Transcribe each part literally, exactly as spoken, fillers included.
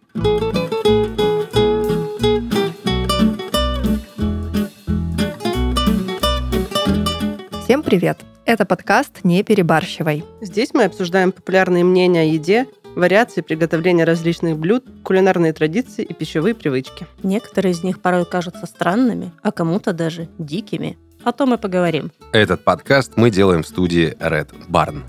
Всем привет! Это подкаст «Не перебарщивай». Здесь мы обсуждаем популярные мнения о еде, вариации приготовления различных блюд, кулинарные традиции и пищевые привычки. Некоторые из них порой кажутся странными, а кому-то даже дикими. О том и поговорим. Этот подкаст мы делаем в студии Red Barn.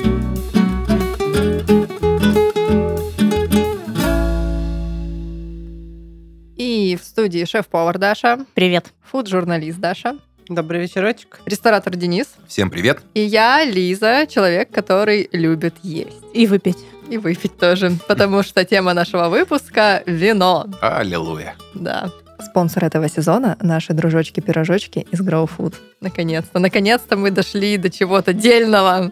И в студии шеф-повар Даша. Привет. Фуд-журналист Даша. Добрый вечерочек. Ресторатор Денис. Всем привет. И я, Лиза, человек, который любит есть. И выпить. И выпить тоже, потому что тема нашего выпуска – вино. Аллилуйя. Да. Спонсор этого сезона – наши дружочки-пирожочки из Grow Food. Наконец-то. Наконец-то мы дошли до чего-то дельного.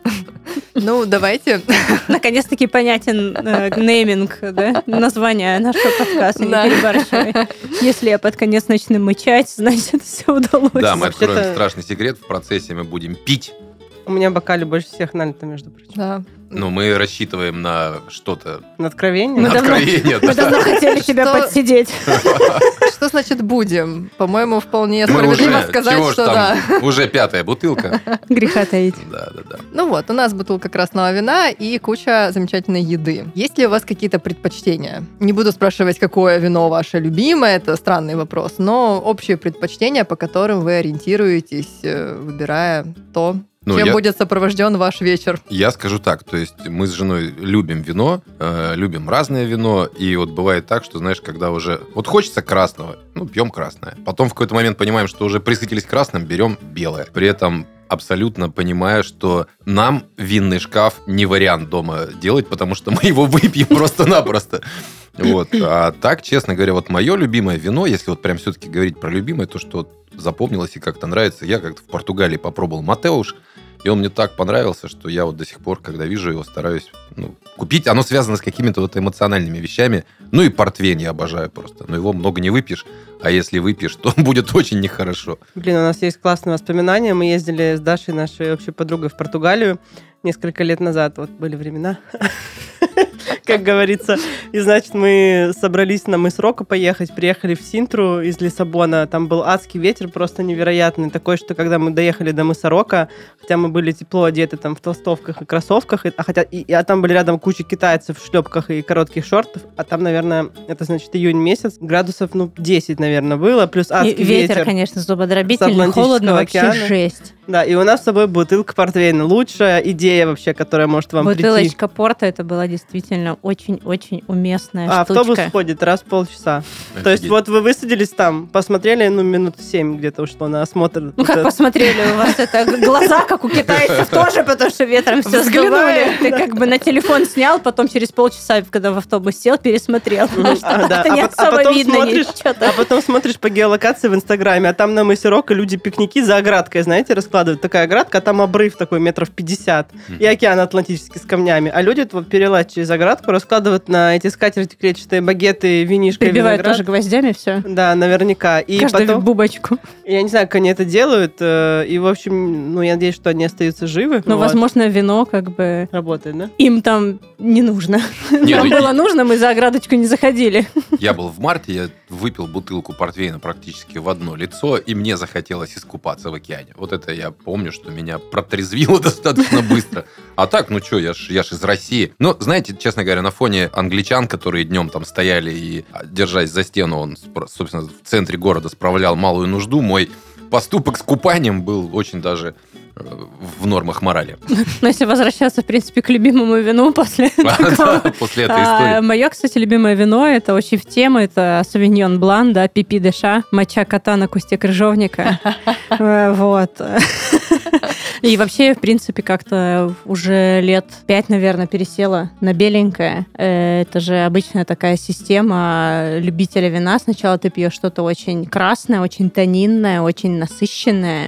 Ну, давайте. Наконец-таки понятен э, нейминг, да? Название нашего подкаста «Не Да. перебарщивай». Если я под конец начну мычать, значит, все удалось. Да, мы Вообще-то- откроем страшный секрет. В процессе мы будем пить. У меня в бокале больше всех налито, между прочим. Да. Но мы рассчитываем на что-то. На откровение? Мы давно- Откровение. Мы да. давно хотели тебя Что? подсидеть. Что значит «будем»? По-моему, вполне Мы справедливо уже, сказать, чего ж что да. там, уже пятая бутылка. Греха таить. Да, да, да. Ну вот, у нас бутылка красного вина и куча замечательной еды. Есть ли у вас какие-то предпочтения? Не буду спрашивать, какое вино ваше любимое, это странный вопрос, но общие предпочтения, по которым вы ориентируетесь, э, выбирая то, Ну, чем я- будет сопровожден ваш вечер. Я скажу так, то есть мы с женой любим вино, э, любим разное вино, и вот бывает так, что, знаешь, когда уже вот хочется красного, ну, пьем красное. Потом в какой-то момент понимаем, что уже присытились красным, берем белое. При этом абсолютно понимаю, что нам винный шкаф не вариант дома делать, потому что мы его выпьем просто-напросто. Вот. А так, честно говоря, вот мое любимое вино, если вот прям все-таки говорить про любимое, то, что вот запомнилось и как-то нравится, я как-то в Португалии попробовал Матеуш, и он мне так понравился, что я вот до сих пор, когда вижу его, стараюсь ну, купить. Оно связано с какими-то вот эмоциональными вещами. Ну и портвейн я обожаю просто. Но его много не выпьешь, а если выпьешь, то будет очень нехорошо. Блин, у нас есть классные воспоминания. Мы ездили с Дашей, нашей общей подругой, в Португалию несколько лет назад. Вот были времена, как говорится. И, значит, мы собрались на мыс Рока поехать, приехали в Синтру из Лиссабона. Там был адский ветер, просто невероятный. Такой, что когда мы доехали до мыса Рока, хотя мы были тепло одеты там в толстовках и кроссовках, и- а, хотя, и, а там были рядом куча китайцев в шлепках и коротких шортах, а там, наверное, это, значит, июнь месяц, градусов, ну, десять, наверное, было, плюс И адский ветер, ветер. конечно, С зубодробительный, Атлантического холодно, вообще океана. жесть. Да, и у нас с собой бутылка портвейна. Лучшая идея вообще, которая может вам прийти. Бутылочка порта, это была действительно очень-очень уместная А штучка. автобус ходит раз в полчаса. То есть Офигеть. вот вы высадились там, посмотрели, ну, минут семь где-то ушло на осмотр. Ну, Вот как это. посмотрели, у вас это глаза, как у китайцев тоже, потому что ветром все Взглянули. сдувает. Ты как бы на телефон снял, потом через полчаса, когда в автобус сел, пересмотрел. Потому что А, да. как-то не А пот- а особо потом видно смотришь, ничего-то. А потом смотришь по геолокации в Инстаграме, а там на мысе Рока люди пикники за оградкой, знаете, раскладывают. Такая оградка, а там обрыв такой метров пятьдесят. И океан Атлантический с камнями. А люди вот перелазят через оградку, раскладывают на эти скатерти клетчатые багеты, винишко, Прибивают виноград. тоже гвоздями все. Да, наверняка. И Каждую потом... бубочку. Я не знаю, как они это делают. э, И, в общем, ну, я надеюсь, что они остаются живы. Но, Вот. возможно, вино как бы Работает, да? им там не нужно. Не, Нам ну, было нужно, мы за оградочку не заходили. Я был в марте, я выпил бутылку портвейна практически в одно лицо, и мне захотелось искупаться в океане. Вот это я помню, что меня протрезвило достаточно быстро. А так, ну что, я ж, я ж из России. Но, знаете, честно говоря, на фоне англичан, которые днем там стояли и, держась за стену, он, спро- собственно, в центре города справлял малую нужду, мой поступок с купанием был очень даже э, в нормах морали. Но если возвращаться, в принципе, к любимому вину после такого. После этой А, истории. Мое, кстати, любимое вино, это очень в тему, это Sauvignon Blanc, да, пипи де ша, моча кота на кусте крыжовника. Э, Вот. И вообще, в принципе, как-то уже лет пять, наверное, пересела на беленькое. Э, Это же обычная такая система любителя вина. Сначала ты пьешь что-то очень красное, очень тонинное, очень насыщенное.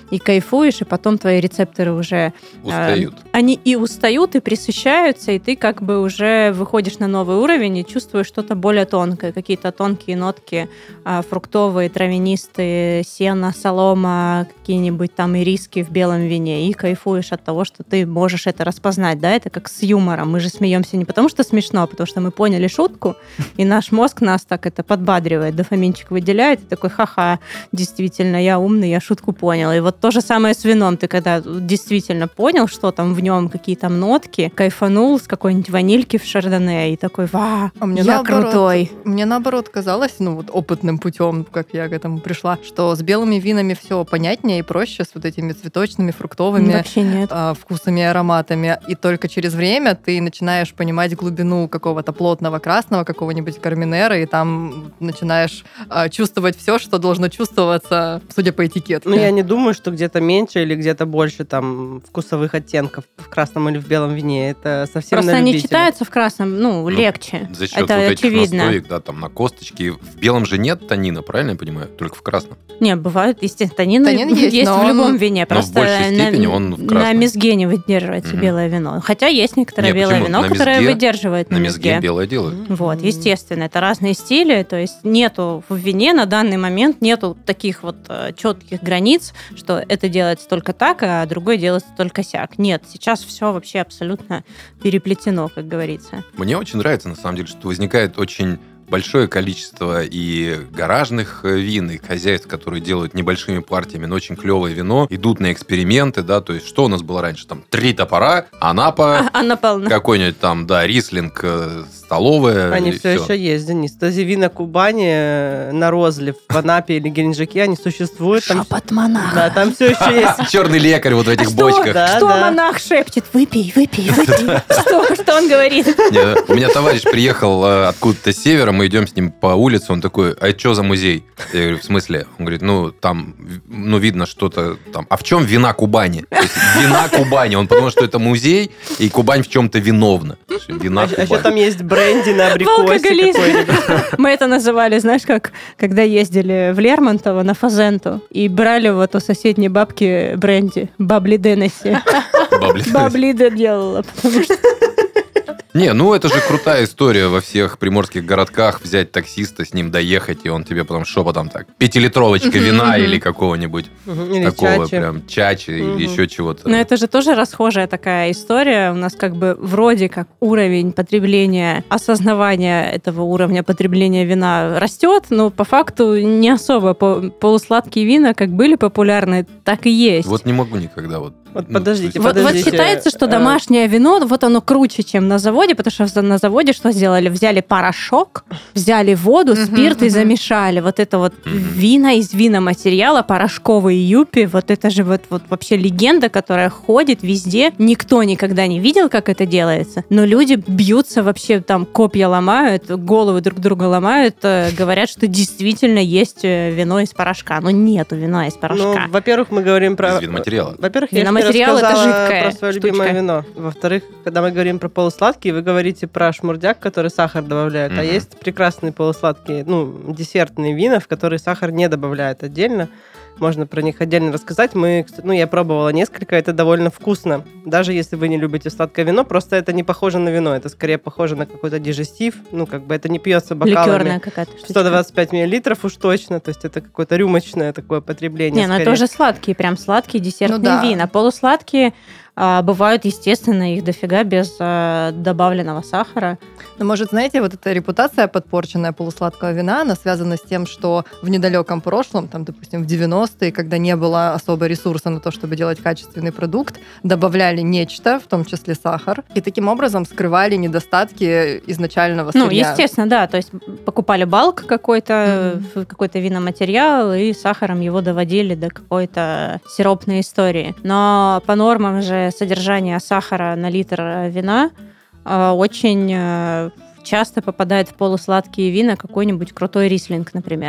и кайфуешь, и потом твои рецепторы уже... Устают. Э, они и устают, и пресыщаются, и ты как бы уже выходишь на новый уровень и чувствуешь что-то более тонкое, какие-то тонкие нотки э, фруктовые, травянистые, сено, солома, какие-нибудь там ириски в белом вине, и кайфуешь от того, что ты можешь это распознать, да, это как с юмором. Мы же смеемся не потому, что смешно, а потому что мы поняли шутку, и наш мозг нас так это подбадривает, дофаминчик выделяет, и такой, ха-ха, действительно, я умный, я шутку понял. И вот то же самое с вином. Ты когда действительно понял, что там в нем, какие там нотки, кайфанул с какой-нибудь ванильки в шардоне, и такой, ва, А мне я наоборот, крутой. Мне наоборот казалось, ну вот опытным путем, как я к этому пришла, что с белыми винами все понятнее и проще, с вот этими цветочными, фруктовыми Вообще нет. а, вкусами и ароматами. И только через время ты начинаешь понимать глубину какого-то плотного красного, какого-нибудь карминера, и там начинаешь а, чувствовать все, что должно чувствоваться, судя по этикетке. Ну, я не думаю, что где-то меньше или где-то больше там вкусовых оттенков в красном или в белом вине. Это совсем Просто на они любителя. читаются в красном, ну, Ну, легче. За счет Это вот этих очевидно. настоек, да, там на косточке. В белом же нет танина, правильно я понимаю? Только в красном. Не, бывает, естественно, танин, Танин есть, есть но в любом он- вине. но в Просто большей на, степени он в на красном. мезге не выдерживается Мгм. белое вино. Хотя есть некоторое Не, белое почему? вино, На которое мезге- выдерживает на, На мезге белое делают. Вот, естественно, это разные стили, то есть нету в вине на данный момент нету таких вот э, четких границ, что это делается только так, а другое делается только сяк. Нет, сейчас все вообще абсолютно переплетено, как говорится. Мне очень нравится, на самом деле, что возникает очень большое количество и гаражных э, вин, и хозяйств, которые делают небольшими партиями, но очень клевое вино, идут на эксперименты, да, то есть что у нас было раньше? Там три топора, Анапа, А, Анна Павловна. какой-нибудь там, да, Рислинг, э, столовая. Они и все всё. еще есть, Денис. Тези вина Кубани э, на розлив в Анапе или Геленджике, они существуют. Там, Шепот монаха. да, там все еще есть. Черный лекарь вот в этих что? бочках. Да, Что да. монах шепчет? Выпей, выпей, выпей. Что, что он говорит? Не, у меня товарищ приехал э, откуда-то с севера, мы идем с ним по улице, он такой, а это что за музей? Я говорю, в смысле? Он говорит, ну, там, ну, видно что-то там. А в чем вина Кубани? То есть вина Кубани. Он подумал, что это музей, и Кубань в чем-то виновна. Вина А еще Кубани. там есть бренди на абрикосе Алкоголизм. какой-нибудь. Мы это называли, знаешь, как когда ездили в Лермонтово на Фазенту и брали вот у соседней бабки бренди, бабли Деннесси. Бабли. Бабли Дэ делала, потому что... Не, ну это же крутая история во всех приморских городках взять таксиста, с ним доехать, и он тебе потом шепотом так, пятилитровочка вина или какого-нибудь Мгм, или такого чачи. прям чачи Мгм. или еще чего-то. Но это же тоже расхожая такая история. У нас как бы вроде как уровень потребления, осознавания этого уровня потребления вина растет, но по факту не особо. По- Полусладкие вина как были популярны, так и есть. Вот не могу никогда вот. Вот ну, подождите, то есть- Вот, вот подождите, считается, что э, домашнее вино, вот оно круче, чем на заводе, потому что за- на заводе что сделали? Взяли порошок, взяли воду, Мгм, спирт и мгм. замешали. Вот это вот Мгм. вина из виноматериала, порошковые юпи, вот это же вот, вот вообще легенда, которая ходит везде. Никто никогда не видел, как это делается, но люди бьются вообще, там копья ломают, головы друг друга ломают, э, говорят, что действительно есть э, вино из порошка. Но нету вина из Ну, порошка. во-первых, мы говорим про... Из виноматериала. Во-первых, я Виноматериал тебе — это рассказала жидкая про свое любимое штучка. вино. Во-вторых, когда мы говорим про полусладкие, вы говорите про шмурдяк, который сахар добавляет. А Мгм. есть прекрасные полусладкие, ну, десертные вина, в которые сахар не добавляют отдельно. Можно про них отдельно рассказать. Мы, кстати, ну, я пробовала несколько, это довольно вкусно. Даже если вы не любите сладкое вино, просто это не похоже на вино. Это скорее похоже на какой-то дижестив. Ну, как бы это не пьется бокалами. Ликерная какая-то штучка. сто двадцать пять миллилитров уж точно. То есть это какое-то рюмочное такое потребление. Не, ну это скорее. уже сладкие, прям сладкие десертные Ну да. вина. Полусладкие а, бывают, естественно, их дофига без а, добавленного сахара. Но, может, знаете, вот эта репутация подпорченная полусладкого вина, она связана с тем, что в недалеком прошлом, там, допустим, в девяностые, когда не было особо ресурса на то, чтобы делать качественный продукт, добавляли нечто, в том числе сахар, и таким образом скрывали недостатки изначального Ну, сырья. естественно, да. То есть покупали балк какой-то, Мгм. какой-то виноматериал, и сахаром его доводили до какой-то сиропной истории. Но по нормам же содержание сахара на литр э, вина э, очень э, часто попадает в полусладкие вина какой-нибудь крутой рислинг, например.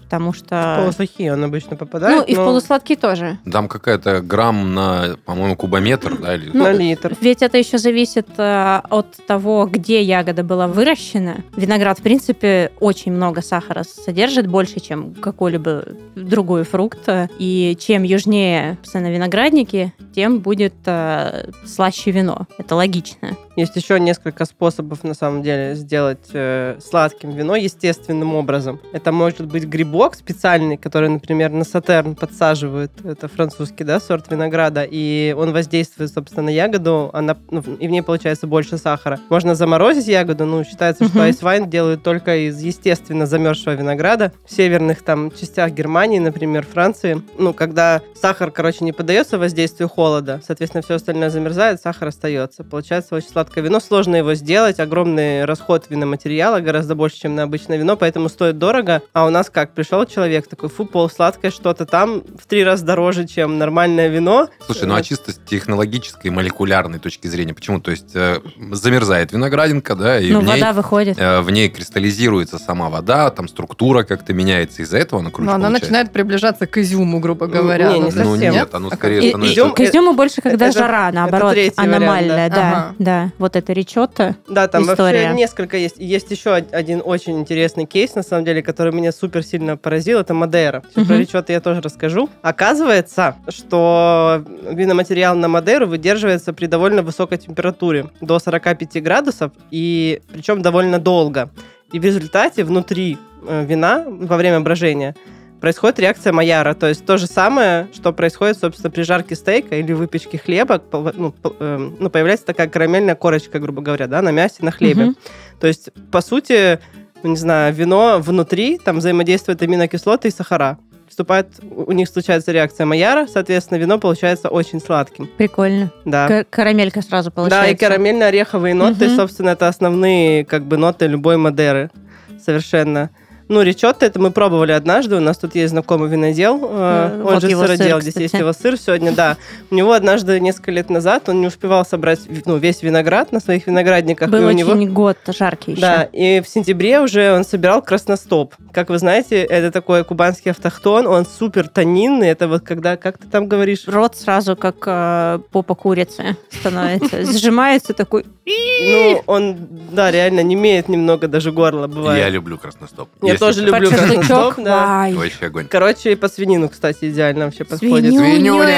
потому что... Полусухие он обычно попадает. Ну, и но... в полусладкие тоже. Там какая-то грамм на, по-моему, кубометр, да? Или... Ну, на литр. Ведь это еще зависит э, от того, где ягода была выращена. Виноград, в принципе, очень много сахара содержит, больше, чем какой-либо другой фрукт. И чем южнее, собственно, виноградники, тем будет э, слаще вино. Это логично. Есть еще несколько способов, на самом деле, сделать э, сладким вино естественным образом. Это может быть грибок специальный, который, например, на сатерн подсаживают. Это французский, да, сорт винограда. И он воздействует, собственно, на ягоду, она, ну, и в ней получается больше сахара. Можно заморозить ягоду, ну, считается, что айсвайн делают только из естественно замерзшего винограда. В северных там частях Германии, например, Франции, ну, когда сахар, короче, не поддается воздействию холода, соответственно, все остальное замерзает, сахар остается. Получается очень сладкое вино. Сложно его сделать, огромный расход виноматериала, гораздо больше, чем на обычное вино, поэтому стоит дорого. А у нас как? Пришел человек такой, фу, полусладкое что-то там в три раза дороже, чем нормальное вино. Слушай, ну а чисто с технологической, молекулярной точки зрения, почему? То есть э, замерзает виноградинка, да, и ну, в ней, вода выходит. Э, в ней кристаллизируется сама вода, там структура как-то меняется, из-за этого она круче Но она получается. начинает приближаться к изюму, грубо говоря. Не, не Ну, совсем. Ну нет, оно А скорее И- становится... изюм- К изюму больше, когда это- жара, это наоборот, третий вариант, аномальная, да. да, Ага. да. Вот это ричотто. Да, там История. вообще несколько есть. Есть еще один очень интересный кейс, на самом деле, который меня супер сильно поразил. Это Мадейра. Сейчас Мгм. про ричотто я тоже расскажу. Оказывается, что виноматериал на Мадейру выдерживается при довольно высокой температуре, до сорок пять градусов, и причем довольно долго. И в результате внутри э, вина во время брожения происходит реакция Майяра, то есть то же самое, что происходит, собственно, при жарке стейка или выпечке хлеба, по- ну, по- э, ну, появляется такая карамельная корочка, грубо говоря, да, на мясе, на хлебе. Мгм. То есть, по сути, ну, не знаю, вино внутри, там взаимодействуют аминокислоты и сахара. Вступает, у них случается реакция Майяра, соответственно, вино получается очень сладким. Прикольно. Да. Ка- Карамелька сразу получается. Да, и карамельно-ореховые ноты, Мгм. собственно, это основные как бы ноты любой Мадеры. Совершенно. Ну, ричотто, это мы пробовали однажды. У нас тут есть знакомый винодел. э, Э, Он вот же его сыр, сыродел. Здесь кстати. есть его сыр сегодня, да. У него однажды, несколько лет назад, он не успевал собрать ну, весь виноград на своих виноградниках. Был и у очень него... год жаркий еще. Да, и в сентябре уже он собирал красностоп. Как вы знаете, это такой кубанский автохтон, он супер тонинный. Это вот когда, как ты там говоришь? Рот сразу как э, попа курицы становится. Сжимается такой... Ну, он, да, реально не имеет немного даже горла, бывает. Я люблю красностоп. Я Если тоже честно. люблю Под красностоп, шашлычок. да. Вай. Вообще огонь. Короче, и по свинину, кстати, идеально вообще подходит. Свинюня.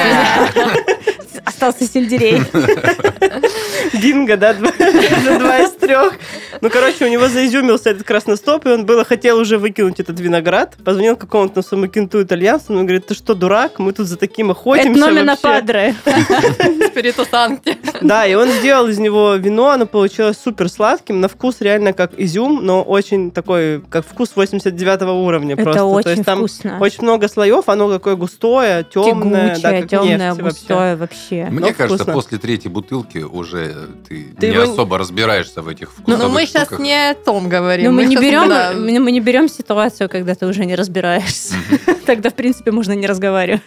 Остался сельдерей. Бинго, да, два, два из трех. Ну, короче, у него заизюмился этот красностоп, и он было хотел уже выкинуть этот виноград. Позвонил какому-то своему кенту итальянцу, он говорит, ты что, дурак? Мы тут за таким охотимся Это номена вообще. падре. Спириту Санкти. Да, и он сделал из него вино, оно получилось супер сладким, на вкус реально как изюм, но очень такой, как вкус восемьдесят девятого уровня Это просто. То очень есть там вкусно. очень много слоев, оно такое густое, темное, да, Тягучее, как темное, нефть вообще. густое вообще. Мне Ну, кажется, вкусно. после третьей бутылки уже ты, Ты не его- особо разбираешься в этих Ну, вкусовых мы сейчас штуках. не о том говорим. Но мы не щас, берем, да, мы мы не берем ситуацию, когда ты уже не разбираешься. Тогда, в принципе, можно не разговаривать.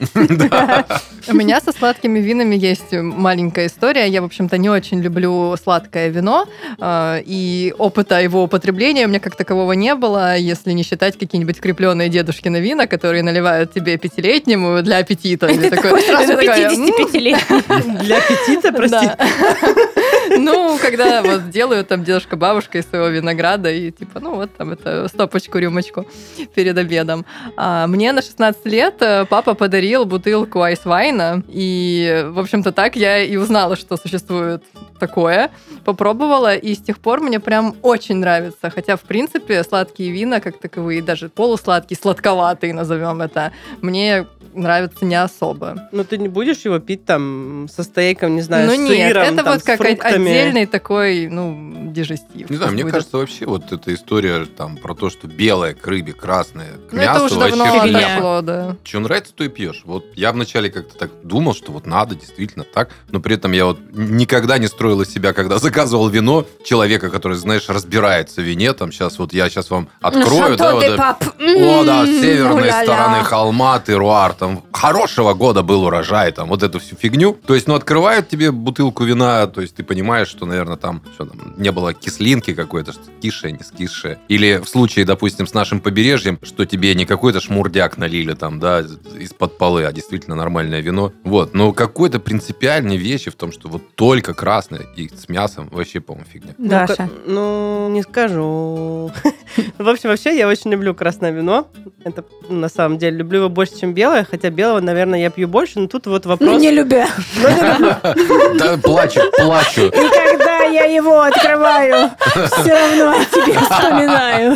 У меня со сладкими винами есть маленькая история. Я, в общем-то, не очень люблю сладкое вино, э, и опыта его употребления у меня как такового не было, если не считать какие-нибудь крепленные дедушкины вина, которые наливают тебе пятилетнему для аппетита. Или такое сразу такое, пятидесяти пяти лет. Для аппетита, прости. Да. Ну, когда вот делают там дедушка, бабушка из своего винограда, и типа, ну вот там это стопочку, рюмочку перед обедом. А мне на шестнадцать лет э, папа подарил бутылку айсвайна, и, в общем-то, так я и узнала, что существует такое. Попробовала, и с тех пор мне прям очень нравится. Хотя, в принципе, сладкие вина, как таковые, даже полусладкие, сладковатые, назовем это, мне нравятся не особо. Ну, ты не будешь его пить там со стейком, не знаю, Ну с нет, сыром, это там, вот с как фруктами. отдельный такой, ну, дежестив. Не знаю, мне Будет. кажется, вообще вот эта история там про то, что белое к рыбе, красное к Ну, мясу, это уже давно вообще фигня. отошло, да. что нравится, то и пьешь. Вот я вначале как-то так думал, что вот надо действительно так, но при этом я вот никогда не строил из себя, когда заказывал вино, человека, который, знаешь, разбирается в вине, там сейчас вот я сейчас вам открою, да, вот, Шато де э, пап. о, да, с М, северной у-ля-ля. стороны холма Теруар, там хорошего года был урожай, там вот эту всю фигню. То есть, ну, открывают тебе бутылку вина, то есть ты понимаешь, что, наверное, там, что там не было кислинки какой-то, что кисшее, не скисшее. Или в случае, допустим, с нашим побережьем, что тебе не какой-то шмурдяк налили там, да, из-под полы, а действительно нормальное вино. Вот. Но какой-то принципиальной вещи в том, что вот только красное и с мясом вообще, по-моему, фигня. Даша. Ну, не скажу. В общем, вообще, я очень люблю красное вино. Это, на самом деле, люблю его больше, чем белое. Хотя белого, наверное, я пью больше. Но тут вот вопрос... Ну, не любя. Да, плачу, плачу. И когда я его открываю, все равно о тебе вспоминаю.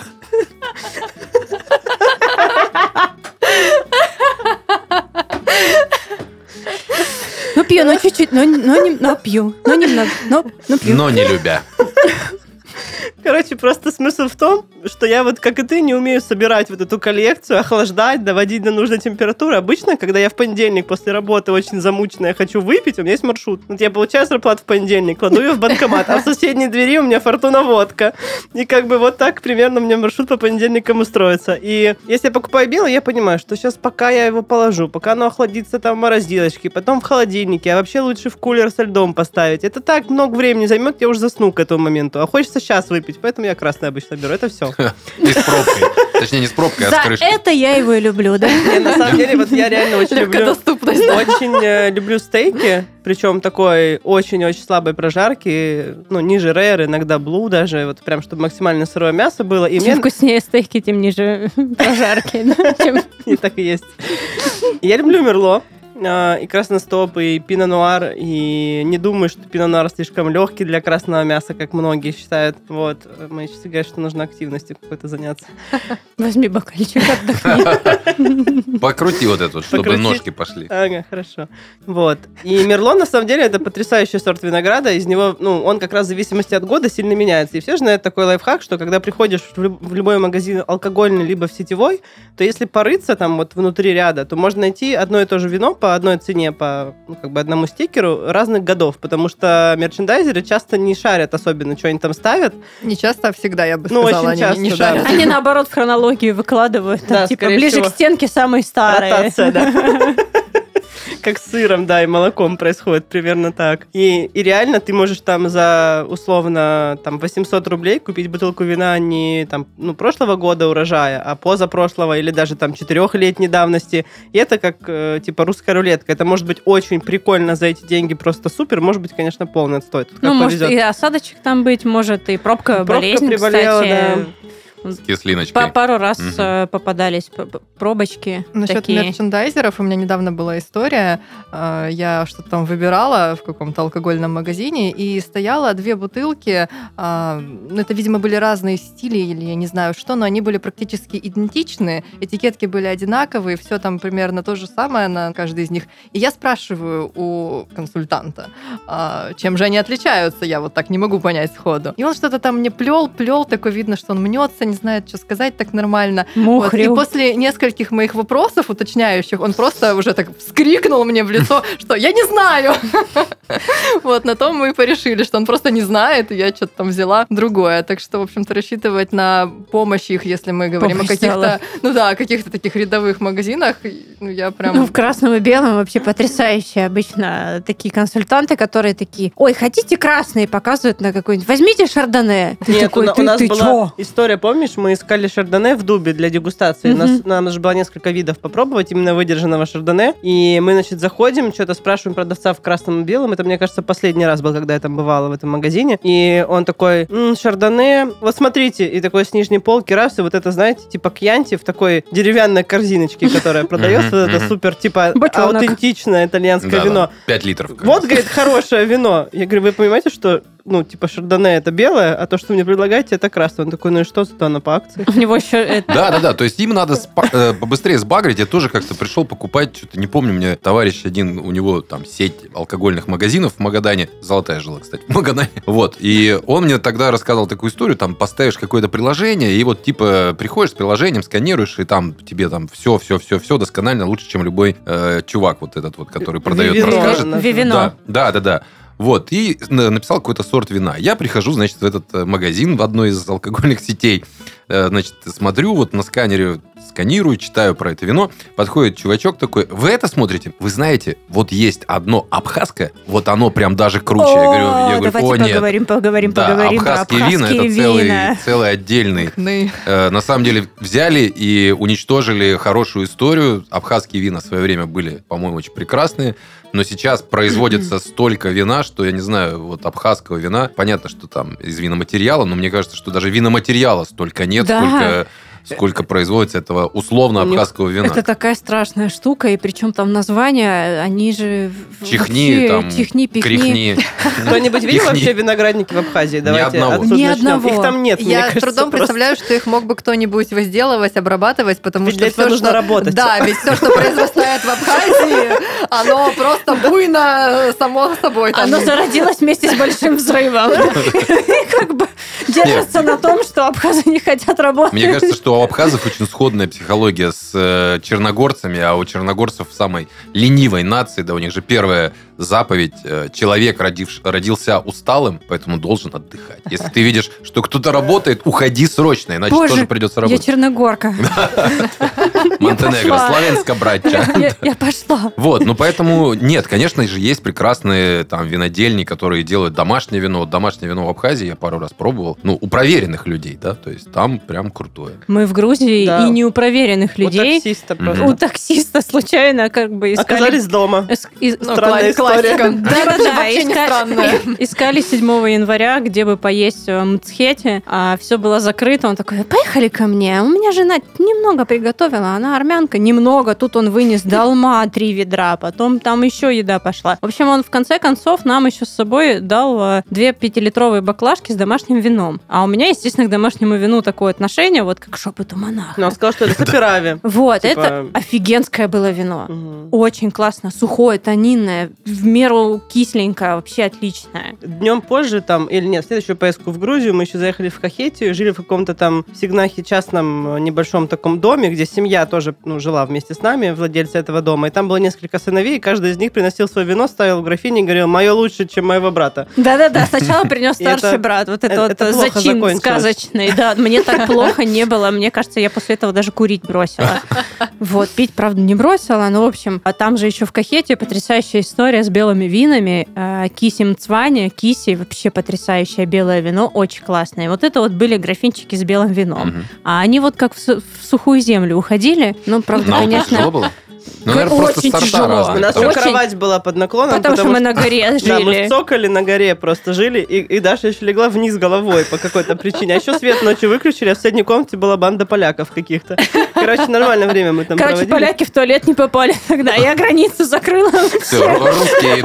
Ну, пью, ну, чуть-чуть, но, но, не, но пью. Но немного, но, но пью. Но не любя. Короче, просто смысл в том, что я вот, как и ты, не умею собирать вот эту коллекцию, охлаждать, доводить до нужной температуры. Обычно, когда я в понедельник после работы очень замученная хочу выпить, у меня есть маршрут. Вот я получаю зарплату в понедельник, кладу ее в банкомат, а в соседней двери у меня Фортуна водка. И как бы вот так примерно у меня маршрут по понедельникам устроится. И если я покупаю белый, я понимаю, что сейчас пока я его положу, пока оно охладится там в морозилочке, потом в холодильнике, а вообще лучше в кулер со льдом поставить. Это так много времени займет, я уже засну к этому моменту. А хочется сейчас выпить, поэтому я красное обычно беру. Это все. И с пробкой. Точнее, не с пробкой, а с За крышкой. это я его и люблю, да? Не, на самом деле, вот я реально очень люблю... Легкодоступность. Очень э, люблю стейки, причем такой очень-очень слабой прожарки, ну, ниже рэр, иногда блу даже, вот прям, чтобы максимально сырое мясо было. И Чем мне... вкуснее стейки, тем ниже прожарки. да, чем- И так и есть. Я люблю мерло. а, И красностоп, и пино-нуар. И не думаю, что пино-нуар слишком легкий для красного мяса, как многие считают. Вот. Мои часы говорят, что нужно активностью какой-то заняться. Возьми бокальчик, отдохни. Покрути вот эту, чтобы Покрути. ножки пошли. Ага, хорошо. Вот. И мерло, на самом деле, это потрясающий сорт винограда. Из него, ну, он как раз в зависимости от года сильно меняется. И все же знают такой лайфхак, что когда приходишь в люб- в любой магазин алкогольный, либо в сетевой, то если порыться там вот внутри ряда, то можно найти одно и то же вино по одной цене, по ну, как бы одному стикеру разных годов, потому что мерчендайзеры часто не шарят особенно, что они там ставят. Не часто, а всегда, я бы Ну, сказала. очень они не- не часто, да. шарят. Они, наоборот, в хронологию выкладывают. там, Да, типа, скорее ближе всего. к стенке самые старые. Ротация, да. Как с сыром, да, и молоком происходит примерно так. И, и реально ты можешь там за, условно, там восемьсот рублей купить бутылку вина не там, ну, прошлого года урожая, а позапрошлого или даже там четырехлетней давности. И это как, э, типа, русская рулетка. Это может быть очень прикольно за эти деньги, просто супер. Может быть, конечно, полный отстой. Тут как Ну, может, повезет. и осадочек там быть, может, и пробка, Пробка болезнь, приболела, кстати. С кислиночкой. По пару раз Мгм. э, попадались п- п- пробочки Насчет такие. мерчендайзеров, у меня недавно была история. э, Я что-то там выбирала в каком-то алкогольном магазине, и стояло две бутылки. э, ну, Это, видимо, были разные стили, или я не знаю что, но они были практически идентичны. Этикетки были одинаковые, все там примерно то же самое на каждой из них. И я спрашиваю у консультанта, а, чем же они отличаются, я вот так не могу понять сходу. И он что-то там мне плел, плел, такой видно, что он мнется, не знает, что сказать так нормально. Вот. И Мухрил. после нескольких моих вопросов уточняющих, он просто уже так вскрикнул мне в лицо, что я не знаю. Вот, на том мы и порешили, что он просто не знает, и я что-то там взяла другое. Так что, в общем-то, рассчитывать на помощь их, если мы говорим о Помощь стала. каких-то, ну да, каких-то таких рядовых магазинах, ну я прям... Ну, в красном и белом вообще потрясающие обычно такие консультанты, которые такие, ой, хотите красный? Показывают на какой-нибудь, возьмите шардоне. Ты Нет, такой, у, на- ты, у нас ты была чё? история, помнишь, мы искали шардоне в Дубе для дегустации. У нас, Мгм. нам же было несколько видов попробовать именно выдержанного шардоне. И мы, значит, заходим, что-то спрашиваем продавца в красном и белом. Это, мне кажется, последний раз был, когда я там бывала в этом магазине. И он такой, «М, шардоне, вот смотрите. И такой с нижней полки раз, и вот это, знаете, типа кьянти в такой деревянной корзиночке, которая продается. Мгм, Вот это мгм. супер, типа, Бочонок. аутентичное итальянское Да, вино. да, пять литров. как Вот, раз. говорит, хорошее вино. Я говорю, вы понимаете, что, ну, типа, шардоне это белое, а то, что вы мне предлагаете, это красное. Он такой, ну и что, зато оно по акции. У него еще это... Да, да, да. То есть им надо спа- э, побыстрее сбагрить. Я тоже как-то пришел покупать, что-то не помню, мне товарищ один, у него там сеть алкогольных магазинов в Магадане. Золотая жила, кстати, в Магадане. Вот. И он мне тогда рассказывал такую историю, там поставишь какое-то приложение, и вот типа приходишь с приложением, сканируешь, и там тебе там все, все, все, все досконально лучше, чем любой э, чувак вот этот вот, который продает, Вивино. расскажет. Вивино. Да, да, да, да. Вот, и на- написал какой-то сорт вина. Я прихожу, значит, в этот э, магазин, в одной из алкогольных сетей, Э, значит, смотрю, вот на сканере сканирую, читаю про это вино. Подходит чувачок такой, вы это смотрите? Вы знаете, вот есть одно абхазское, вот оно прям даже круче. Я говорю, я говорю, давайте о, нет. поговорим, поговорим, Да, поговорим про абхазские вина, это абхазские целый, вина. целый отдельный. Ну, Э, на самом деле взяли и уничтожили хорошую историю. Абхазские вина в свое время были, по-моему, очень прекрасные. Но сейчас производится столько вина, что, я не знаю, вот абхазского вина, понятно, что там из виноматериала, но мне кажется, что даже виноматериала столько нет, Да. сколько, сколько производится этого условно У них абхазского вина. Это такая страшная штука, и причем там названия, они же Чихни, вообще там, чихни, пихни. крихни. Кто-нибудь видел Пихни. вообще виноградники в Абхазии? Давайте одного. отсюда Ни начнем. одного. Их там нет, мне Я кажется, с трудом просто. представляю, что их мог бы кто-нибудь возделывать, обрабатывать, потому Ведь что для этого всё, нужно что- работать. Да, ведь все, что произрастает в Абхазии, оно просто буйно само собой. там. Оно зародилось вместе с большим взрывом. И как бы держится на том, что абхазы не хотят работать. Мне кажется, что у абхазов очень сходная психология с э, черногорцами, а у черногорцев самой ленивой нации, да, у них же первая заповедь, э, человек родивш- родился усталым, поэтому должен отдыхать. Если ты видишь, что кто-то работает, уходи срочно, иначе Боже, тоже придется Я работать. черногорка. Монтенегро, пошла. славянска, братья. Я я пошла. Вот, ну поэтому, нет, конечно же, есть прекрасные там винодельни, которые делают домашнее вино. Вот домашнее вино в Абхазии я пару раз пробовал. Ну, у проверенных людей, да, то есть там прям крутое. Мы в Грузии, Да. и не у проверенных У людей, таксиста Мгм. просто. у таксиста случайно как бы искали... Оказались дома. Эс- из- Ну, Странная кла- классика. история. Да, Да-да-да, вообще не искали- странная. Искали седьмого января, где бы поесть в Мцхете, а все было закрыто. Он такой, поехали ко мне, у меня жена немного приготовила, она армянка, немного. Тут он вынес долма три ведра, потом там еще еда пошла. В общем, он в конце концов нам еще с собой дал э, две пятилитровые баклажки с домашним вином. А у меня, естественно, к домашнему вину такое отношение, вот как шепоту монаха. Но он сказал, что это саперави. Вот, типа- это офигенское было вино. Мгм. Очень классно, сухое, тонинное, в меру кисленькое, вообще отличное. Днем позже, там, или нет, в следующую поездку в Грузию мы еще заехали в Хохетию, жили в каком-то там сигнахе частном э, небольшом таком доме, где семья тоже ну, жила вместе с нами, владельцы этого дома. И там было несколько сыновей, и каждый из них приносил свое вино, ставил в графине и говорил, мое лучше, чем моего брата. Да-да-да, сначала принес И это- старший брат, вот это это- вот это плохо зачин закончилось. сказочный. Да, мне так плохо не было. Мне кажется, я после этого даже курить бросила. Вот, пить, правда, не бросила, но, в общем, а там же еще в Кахете потрясающая история с белыми винами. Э, Киси Мцвани, Киси, вообще потрясающее белое вино, очень классное. Вот это вот были графинчики с белым вином. Мгм. А они вот как в, су- в сухую землю уходили. Ну, правда, Нам конечно... тяжело было? Ну, К- наверное, просто очень сорта тяжело. разные. У нас потому еще Очень. кровать была под наклоном, Потому что мы на горе Да, мы жили. в цоколе на горе просто жили, и, и Даша еще легла вниз головой по какой-то причине. А еще свет ночью выключили, а в соседней комнате была банда поляков каких-то. Короче, нормальное время мы там Короче, проводили. поляки в туалет не попали тогда. Я границу закрыла. Все, русские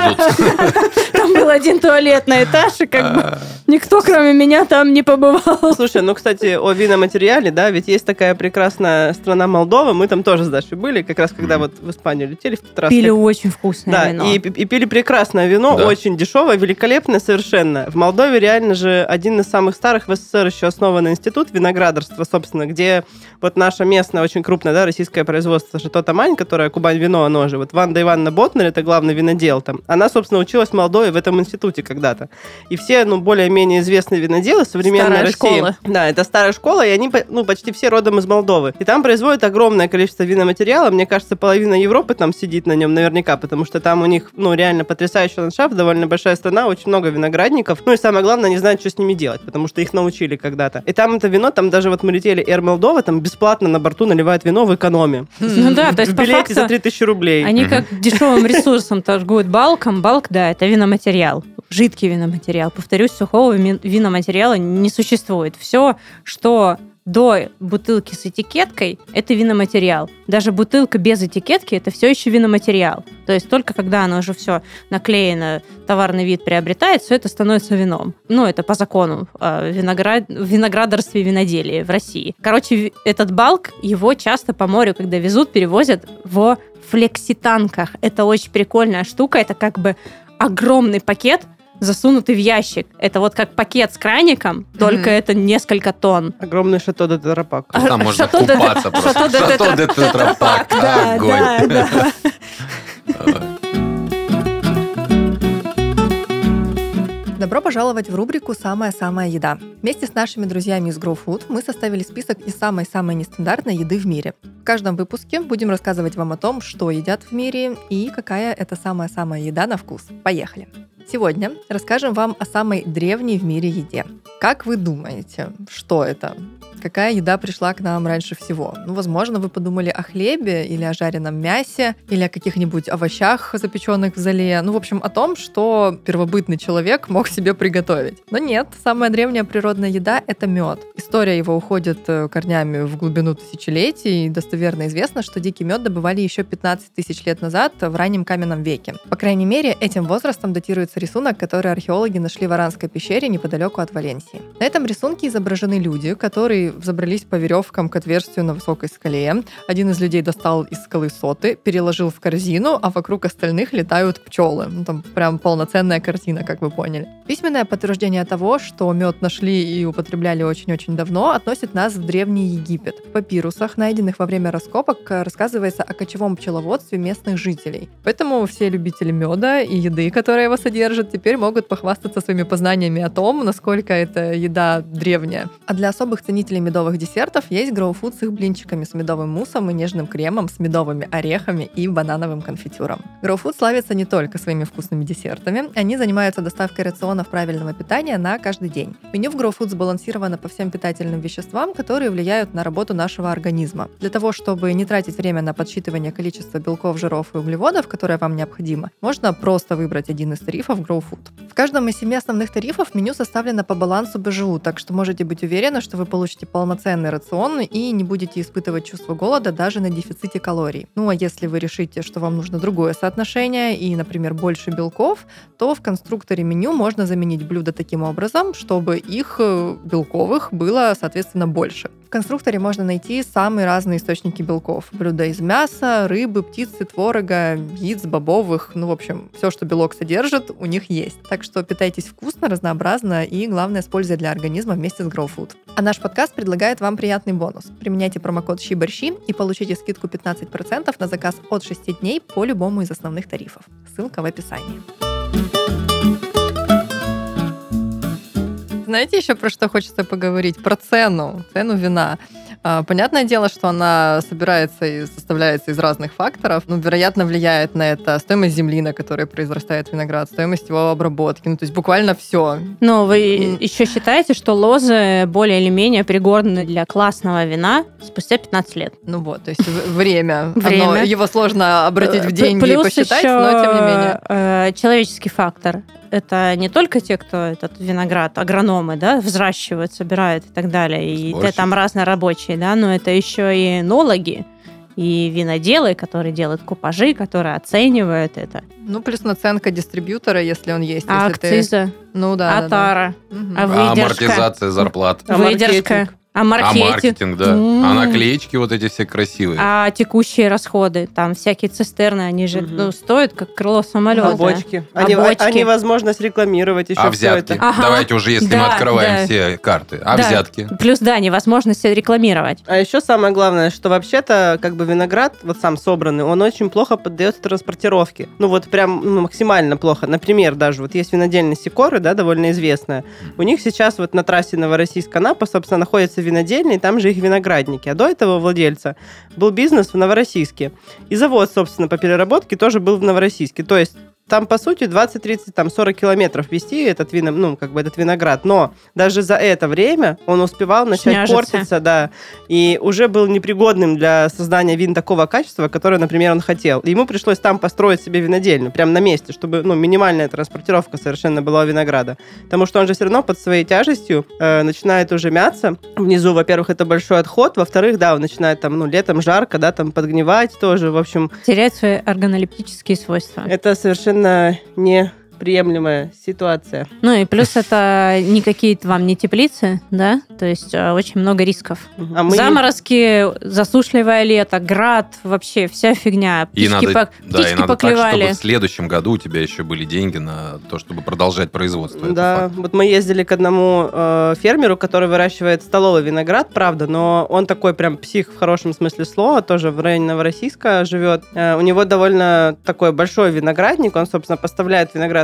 идут. Там был один туалет на этаже, как бы никто, кроме меня, там не побывал. Слушай, ну, кстати, о виноматериале, да, ведь есть такая прекрасная страна Молдова, мы там тоже с Дашей были, как раз когда вот в Испанию летели в тот раз. Пили как- очень вкусное Да, вино. и, и пили прекрасное вино, Да. очень дешевое, великолепное совершенно. В Молдове реально же один из самых старых в СССР еще основан институт виноградарства, собственно, где вот наше местное, очень крупное, да, российское производство Шато Тамань, которое Кубань вино, оно же, вот Ванда Ивановна Ботнер, это главный винодел там, она, собственно, училась в Молдове в этом институте когда-то. И все, ну, более-менее известные виноделы современной Старая России. школа. Да, это старая школа, и они, ну, почти все родом из Молдовы. И там производят огромное количество виноматериала, мне кажется, половина Европы там сидит на нем наверняка, потому что там у них, ну, реально потрясающий ландшафт, довольно большая страна, очень много виноградников. Ну и самое главное, они знают, что с ними делать, потому что их научили когда-то. И там это вино, там даже вот мы летели Air Moldova, там бесплатно на борту наливают вино в экономе. Ну да, то есть В по билете факту за три тысячи рублей. они как дешевым ресурсом торгуют балком. Балк, да, это виноматериал. Жидкий виноматериал. Повторюсь, сухого ми- виноматериала не существует. Все, что до бутылки с этикеткой, это виноматериал. Даже бутылка без этикетки, это все еще виноматериал. То есть только когда оно уже все наклеено, товарный вид приобретает, все это становится вином. Ну, это по закону э, виноград... виноградарстве и виноделии в России. Короче, ви- этот балк, его часто по морю, когда везут, перевозят в флекситанках. Это очень прикольная штука. Это как бы огромный пакет, засунутый в ящик. Это вот как пакет с краником, только это несколько тонн. Огромный Шато де Терапак. То есть Там можно Шато де- купаться просто. Шато де Шато Тетра- де Тетрапак. Да, Огонь. да, да. Добро пожаловать в рубрику «Самая-самая еда». Вместе с нашими друзьями из Grow Food мы составили список из самой-самой нестандартной еды в мире. В каждом выпуске будем рассказывать вам о том, что едят в мире и какая это самая-самая еда на вкус. Поехали! Сегодня расскажем вам о самой древней в мире еде. Как вы думаете, что это? Какая еда пришла к нам раньше всего? Ну, возможно, вы подумали о хлебе или о жареном мясе, или о каких-нибудь овощах, запеченных в золе. Ну, в общем, о том, что первобытный человек мог себе приготовить. Но нет, самая древняя природная еда — это мед. История его уходит корнями в глубину тысячелетий, и достоверно известно, что дикий мед добывали еще пятнадцать тысяч лет назад в раннем каменном веке. По крайней мере, этим возрастом датируется рисунок, который археологи нашли в Аранской пещере неподалеку от Валенсии. На этом рисунке изображены люди, которые взобрались по веревкам к отверстию на высокой скале. Один из людей достал из скалы соты, переложил в корзину, а вокруг остальных летают пчелы. Ну, там прям полноценная картина, как вы поняли. Письменное подтверждение того, что мед нашли и употребляли очень-очень давно, относит нас в Древний Египет. В папирусах, найденных во время раскопок, рассказывается о кочевом пчеловодстве местных жителей. Поэтому все любители меда и еды, которая его содержит, теперь могут похвастаться своими познаниями о том, насколько эта еда древняя. А для особых ценителей медовых десертов есть Grow Food с их блинчиками с медовым муссом и нежным кремом, с медовыми орехами и банановым конфитюром. Grow Food славится не только своими вкусными десертами, они занимаются доставкой рационов правильного питания на каждый день. Меню в Grow Food сбалансировано по всем питательным веществам, которые влияют на работу нашего организма. Для того, чтобы не тратить время на подсчитывание количества белков, жиров и углеводов, которое вам необходимо, можно просто выбрать один из тарифов Grow Food. В каждом из семи основных тарифов меню составлено по балансу бэ жэ у, так что можете быть уверены, что вы получите полноценный рацион и не будете испытывать чувство голода даже на дефиците калорий. Ну а если вы решите, что вам нужно другое соотношение и, например, больше белков, то в конструкторе меню можно заменить блюда таким образом, чтобы их белковых было, соответственно, больше. В конструкторе можно найти самые разные источники белков. Блюда из мяса, рыбы, птицы, творога, яиц, бобовых. Ну, в общем, все, что белок содержит, у них есть. Так что питайтесь вкусно, разнообразно и, главное, с пользой для организма вместе с Grow Food. А наш подкаст предлагает вам приятный бонус. Применяйте промокод щи-борщи и получите скидку пятнадцать процентов на заказ от шести дней по любому из основных тарифов. Ссылка в описании. Знаете еще про что хочется поговорить? Про цену, цену вина. Понятное дело, что она собирается и составляется из разных факторов. Ну, вероятно, влияет на это стоимость земли, на которой произрастает виноград, стоимость его обработки. Ну, то есть буквально все. Но вы mm. еще считаете, что лозы более или менее пригодны для классного вина спустя пятнадцать лет? Ну вот, то есть время. время. Оно, его сложно обратить в деньги Плюс и посчитать, еще но тем не менее. Человеческий фактор. Это не только те, кто этот виноград, агрономы, да, взращивают, собирают и так далее, и те, там разные рабочие, да, но это еще и энологи, и виноделы, которые делают купажи, которые оценивают это. Ну, плюс наценка дистрибьютора, если он есть. А если акциза, ты... ну, да, а тара, да, да. а выдержка. Амортизация зарплат. Выдержка. А маркетинг. А маркетинг, да. Mm. А наклеечки вот эти все красивые. А текущие расходы, там всякие цистерны, они же mm-hmm. ну, стоят как крыло самолета. А бочки. А они, бочки. Они возможность рекламировать еще а все взятки? это. Ага. Давайте уже, если да, мы открываем да. все карты. А да. взятки? Плюс, да, невозможность рекламировать. А еще самое главное, что вообще-то как бы виноград, вот сам собранный, он очень плохо поддается транспортировке. Ну вот прям ну, максимально плохо. Например, даже вот есть винодельня Сикоры, да, довольно известная. У них сейчас вот на трассе Новороссийск-Анапа, собственно, находится винодельня, и там же их виноградники. А до этого у владельца был бизнес в Новороссийске. И завод, собственно, по переработке тоже был в Новороссийске. То есть там, по сути, двадцать, тридцать, там, сорок километров вести этот, вино, ну, как бы этот виноград. Но даже за это время он успевал начать Шняжиться. портиться, да, и уже был непригодным для создания вин такого качества, которое, например, он хотел. И ему пришлось там построить себе винодельню, прямо на месте, чтобы, ну, минимальная транспортировка совершенно была у винограда. Потому что он же все равно под своей тяжестью э, начинает уже мяться. Внизу, во-первых, это большой отход, во-вторых, да, он начинает там, ну, летом жарко, да, там подгнивать тоже, в общем. Теряет свои органолептические свойства. Это совершенно неприемлемая ситуация. Ну и плюс это не какие-то вам не теплицы, да, то есть очень много рисков. А мы... Заморозки, засушливое лето, град, вообще вся фигня. И Птички, надо, по... да, Птички и надо поклевали. так, чтобы в следующем году у тебя еще были деньги на то, чтобы продолжать производство. Да, вот мы ездили к одному э, фермеру, который выращивает столовый виноград, правда, но он такой прям псих в хорошем смысле слова, тоже в районе Новороссийска живет. Э, у него довольно такой большой виноградник, он, собственно, поставляет виноград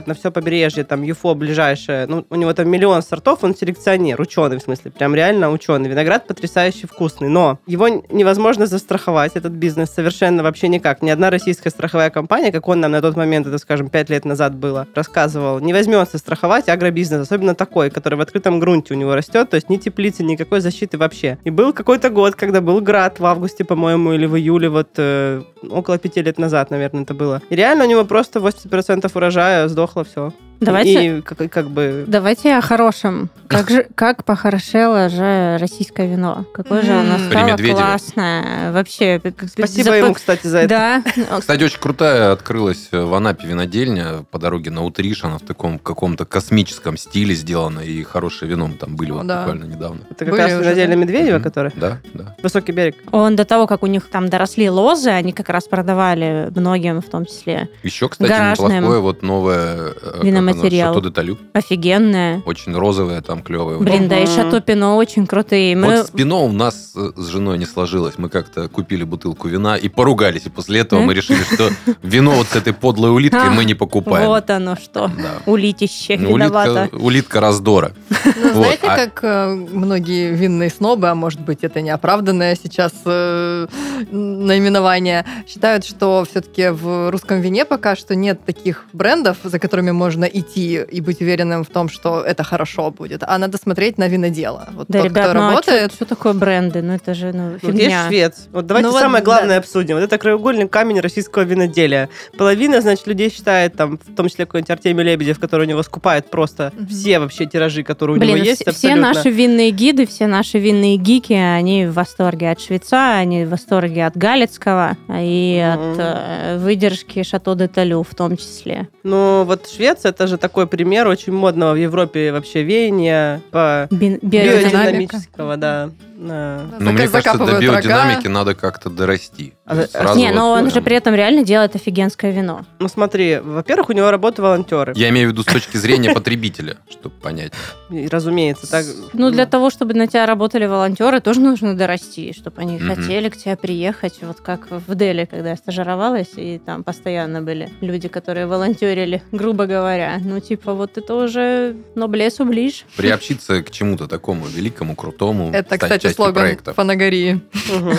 на все побережье, там, ЮФО ближайшее. Ну, у него там миллион сортов, он селекционер, ученый, в смысле, прям реально ученый. Виноград потрясающе вкусный, но его невозможно застраховать, этот бизнес, совершенно вообще никак. Ни одна российская страховая компания, как он нам на тот момент, это, скажем, пять лет назад было, рассказывал, не возьмется страховать агробизнес, особенно такой, который в открытом грунте у него растет, то есть ни теплицы, никакой защиты вообще. И был какой-то год, когда был град в августе, по-моему, или в июле, вот э, около пяти лет назад, наверное, это было. И реально у него просто восемьдесят процентов урожая сдохло все. Давайте, и как, как бы... давайте о хорошем. Как же, как похорошело же российское вино. Какое же оно М. стало Медведева. классное. Вообще. Спасибо за- ему, кстати, за это. Да. Кстати, очень крутая открылась в Анапе винодельня по дороге на Утриш. Она в таком каком-то космическом стиле сделана, и хорошее вино мы там были О, вот да. буквально недавно. Это как Были раз уже, винодельня да? Медведева, Мгм. которая... Да, да. Высокий берег. Он до того, как у них там доросли лозы, они как раз продавали многим, в том числе Еще, кстати, Гаражным. неплохое вот новое э, Виноматериал. Шато де Талю. офигенное. Очень розовое, там клевое. Блин, да и Мгм. Шато Пино очень крутые. Мы... Вот с Пино у нас э, с женой не сложилось. Мы как-то купили бутылку вина и поругались. И после этого Да? мы решили, что вино вот с этой подлой улиткой мы не покупаем. Вот оно что. Да. Улитище Ну, виновата. улитка, улитка раздора. Ну, Вот, знаете, а- как э, многие винные снобы, а может быть, это неоправданное сейчас э, наименование, считают, что все-таки в русском вине пока что нет таких брендов, за которыми можно идти и быть уверенным в том, что это хорошо будет, а надо смотреть на винодела. Вот Да, тот, ребят, кто ну работает. а что такое бренды? Ну это же ну, Вот есть фигня. швец. Вот давайте Ну вот, самое да. главное обсудим. Вот это краеугольный камень российского виноделия. Половина, значит, людей считает, там, в том числе какой-нибудь Артемий Лебедев, который у него скупает просто Мгм. все вообще тиражи, которые у Блин, него есть, все, все абсолютно. наши винные гиды, все наши винные гики, они в восторге от швеца, они в восторге от галицкого и Мгм. от э, выдержки Шато де Талю в том числе. Ну, вот Швеция, это же такой пример очень модного в Европе вообще веяния по Би- биодинамика. биодинамического, да. Да. Но мне кажется, до Закапывают биодинамики рога. надо как-то дорасти. А, Сразу Не, вот но он прям- же при этом реально делает офигенское вино. Ну, смотри, во-первых, у него работают волонтеры. Я имею в виду с точки зрения потребителя, чтобы понять. И, разумеется, так... Ну, для того, чтобы на тебя работали волонтеры, тоже нужно дорасти, чтобы они Мгм. хотели к тебе приехать. Вот как в Дели, когда я стажировалась, и там постоянно были люди, которые волонтерили, грубо говоря. Ну, типа, вот это уже ноблесу ближ. Приобщиться к чему-то такому великому, крутому. Это, стать кстати, частью слоган проекта. Фанагории. Мгм.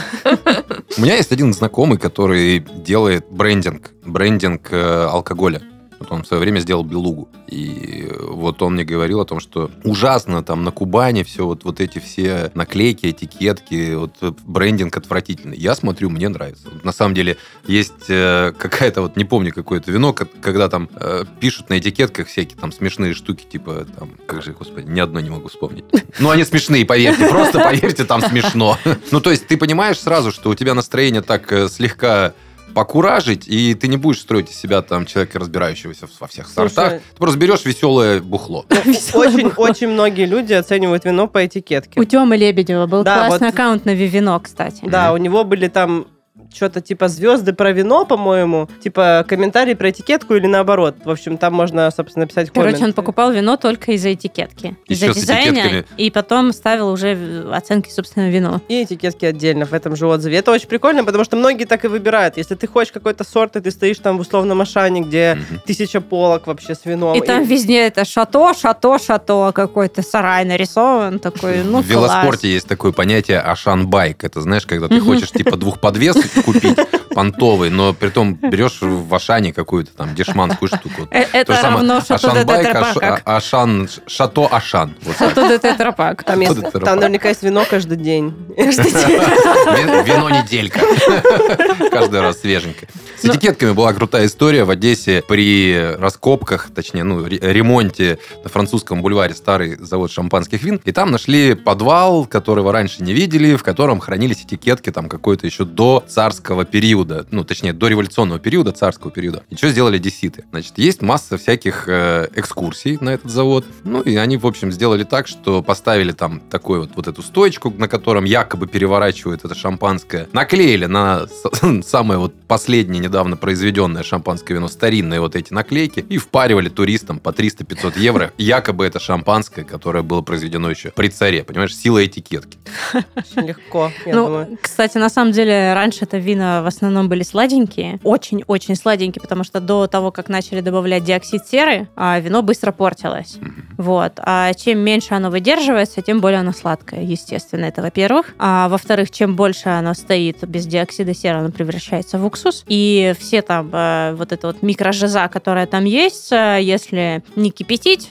У меня есть один знакомый, который делает брендинг, брендинг э, алкоголя. Вот он в свое время сделал белугу. И вот он мне говорил о том, что ужасно там на Кубани все вот, вот эти все наклейки, этикетки, вот брендинг отвратительный. Я смотрю, мне нравится. Вот на самом деле есть э, какая-то, вот не помню, какое-то вино, ко- когда там э, пишут на этикетках всякие там смешные штуки, типа там, как же, господи, ни одной не могу вспомнить. Ну, они смешные, поверьте, просто поверьте, там смешно. Ну, то есть ты понимаешь сразу, что у тебя настроение так э, слегка покуражить, и ты не будешь строить из себя там человека, разбирающегося во всех Слушай, сортах. Ты просто берешь веселое бухло. Очень, очень многие люди оценивают вино по этикетке. У Тёмы Лебедева был Да, классный вот- аккаунт на Вивино, кстати. Да, у него были там что-то типа звезды про вино, по-моему, типа комментарий про этикетку или наоборот. В общем, там можно, собственно, написать Короче, коммент. он покупал вино только из-за этикетки. Еще Из-за с дизайна. этикетками. И потом ставил уже оценки, собственно, вино. И этикетки отдельно в этом же отзыве. Это очень прикольно, потому что многие так и выбирают. Если ты хочешь какой-то сорт, и ты стоишь там в условном Ашане, где Мгм. тысяча полок вообще с вином. И там везде это шато, шато, шато, какой-то сарай нарисован такой, ну, В велоспорте есть такое понятие ашан-байк. Это, знаешь, когда ты Мгм. хочешь типа двухподвес купить понтовый, но при том берешь в Ашане какую-то там дешманскую штуку. класс. Э, То Это же самое равно шато де Ашан-байк, тетрапак. Аш- а- Ашан, Шато Ашан. Вот так. Шато де тетрапак. Там, есть- Откуда ты там рапак? наверняка есть вино каждый день. Вин- Вино неделька. Каждый раз свеженькое. С Ну- этикетками была крутая история. В Одессе при раскопках, точнее, ну, ре- ремонте на французском бульваре старый завод шампанских вин. И там нашли подвал, которого раньше не видели, в котором хранились этикетки там какой-то еще до царского периода. Ну, точнее, до революционного периода, царского периода. И что сделали одесситы? Значит, есть масса всяких э, экскурсий на этот завод. Ну, и они, в общем, сделали так, что поставили там такую вот, вот эту стоечку, на котором якобы переворачивают это шампанское. Наклеили на с- самое вот последнее недавно произведенное шампанское вино, старинные вот эти наклейки, и впаривали туристам по триста-пятьсот евро. Якобы это шампанское, которое было произведено еще при царе. Понимаешь, сила этикетки. Очень легко, я Ну, думаю. кстати, на самом деле, раньше это вина в основном основном были сладенькие, очень-очень сладенькие, потому что до того, как начали добавлять диоксид серы, вино быстро портилось. Вот. А чем меньше оно выдерживается, тем более оно сладкое, естественно, это во-первых. А во-вторых, чем больше оно стоит без диоксида серы, оно превращается в уксус. И все там вот эта вот микрожиза, которая там есть, если не кипятить,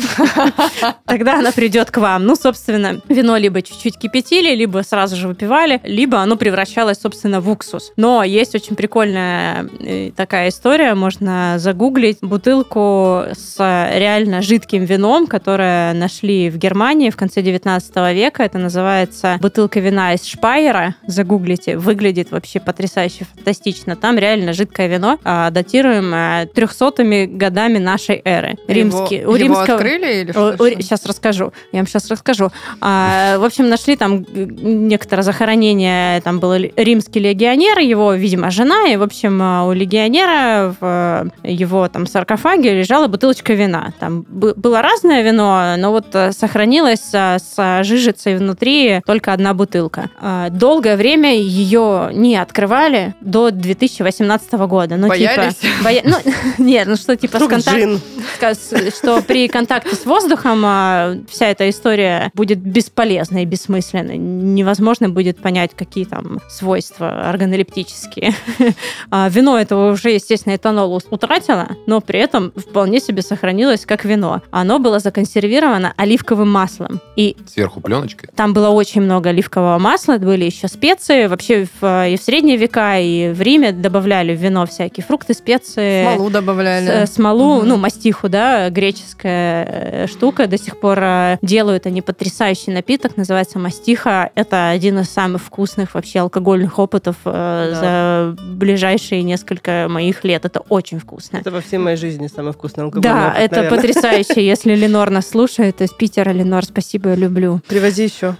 тогда она придет к вам. Ну, собственно, вино либо чуть-чуть кипятили, либо сразу же выпивали, либо оно превращалось, собственно, в уксус. Но есть очень прикольная такая история, можно загуглить бутылку с реально жидким вином, которое нашли в Германии в конце девятнадцатого века. Это называется бутылка вина из Шпайера. Загуглите. Выглядит вообще потрясающе, фантастично. Там реально жидкое вино, датируемое трехсотыми годами нашей эры. Римский. Его, у его римского... открыли или что? У, у, сейчас расскажу. Я вам сейчас расскажу. А, в общем, нашли там некоторое захоронение, там был римский легионер, его, видимо, жена, и, в общем, у легионера в его там саркофаге лежала бутылочка вина. Там было разное вино, но вот сохранилась с жижицей внутри только одна бутылка. Долгое время ее не открывали до две тысячи восемнадцатого года. Ну, Боялись? Типа, боя... ну, нет, ну что, типа, с контакт... что при контакте с воздухом вся эта история будет бесполезна и бессмысленна. Невозможно будет понять, какие там свойства органолептические. Вино этого уже, естественно, этанол утратило, но при этом вполне себе сохранилось как вино. Оно было законсервировано оливковым маслом. И сверху пленочкой? Там было очень много оливкового масла, были еще специи. Вообще в, и в средние века, и в Риме добавляли в вино всякие фрукты, специи. Смолу добавляли. С, смолу, угу. ну, мастиху, да, греческая штука. До сих пор делают они потрясающий напиток, называется мастиха. Это один из самых вкусных вообще алкогольных опытов да. за ближайшие несколько моих лет. Это очень вкусно. Это во всей моей жизни самый вкусный алкогольный да, опыт, это наверное. Потрясающе. Если Ленор нас слушает, из Питера, Ленор, спасибо, я люблю. Привози еще.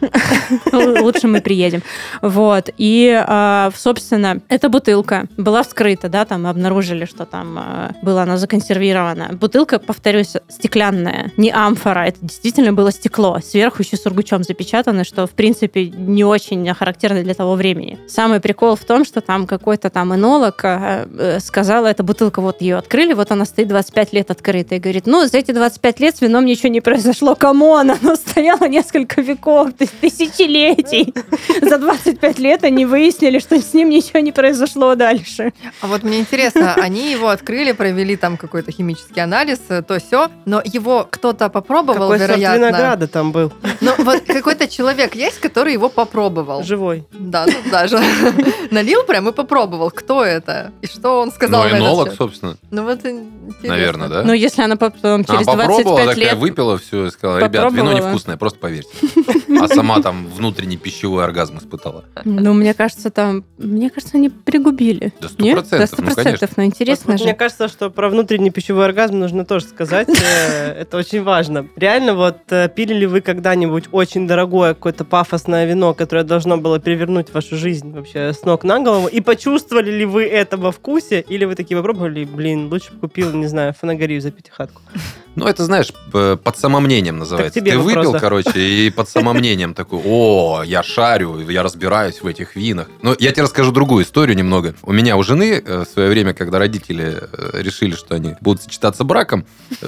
Лучше мы приедем. Вот. И, собственно, эта бутылка была вскрыта, да, там обнаружили, что там была она законсервирована. Бутылка, повторюсь, стеклянная, не амфора, это действительно было стекло. Сверху еще сургучом запечатано, что, в принципе, не очень характерно для того времени. Самый прикол в том, что там какой-то там энолог сказал, эта бутылка, вот ее открыли, вот она стоит двадцать пять лет открытая. И говорит, ну, за эти двадцать пять лет с вином ничего не произошло. Камон, оно стояло несколько веков, тысячелетий. За двадцать пять лет они выяснили, что с ним ничего не произошло дальше. А вот мне интересно, они его открыли, провели там какой-то химический анализ, то все, но его кто-то попробовал, Какой вероятно. сорт винограда там был? Ну, вот какой-то человек есть, который его попробовал. Живой. Да, ну даже. Налил прям и попробовал, кто это, и что он сказал ну, на энолог, этот счет. собственно. Ну, вот интересно. Наверное, да? Ну, если она потом через она двадцать попробовала, пять такая лет... выпила все и сказала, ребят, вино невкусное, просто поверьте. А сама там внутренний пищевой оргазм испытала. Ну, мне кажется, там... Мне кажется, они пригубили. Да сто процентов, Да, сто ну, конечно. процентов, но интересно Вот, же. Мне кажется, что про внутренний пищевой оргазм нужно тоже сказать. Это очень важно. Реально, вот пили ли вы когда-нибудь очень дорогое какое-то пафосное вино, которое должно было перевернуть вашу жизнь вообще с ног на голову? И почувствовали ли вы это во вкусе? Или вы такие попробовали, блин, лучше бы купил, не знаю, фанагорию за пятихатку? Ну, это, знаешь, под самомнением называется. тебе Ты вопрос, выпил, да. короче, и под самомнением такой, о, я шарю, я разбираюсь в этих винах. Но я тебе расскажу другую историю немного. У меня у жены в свое время, когда родители решили, что они будут сочетаться браком,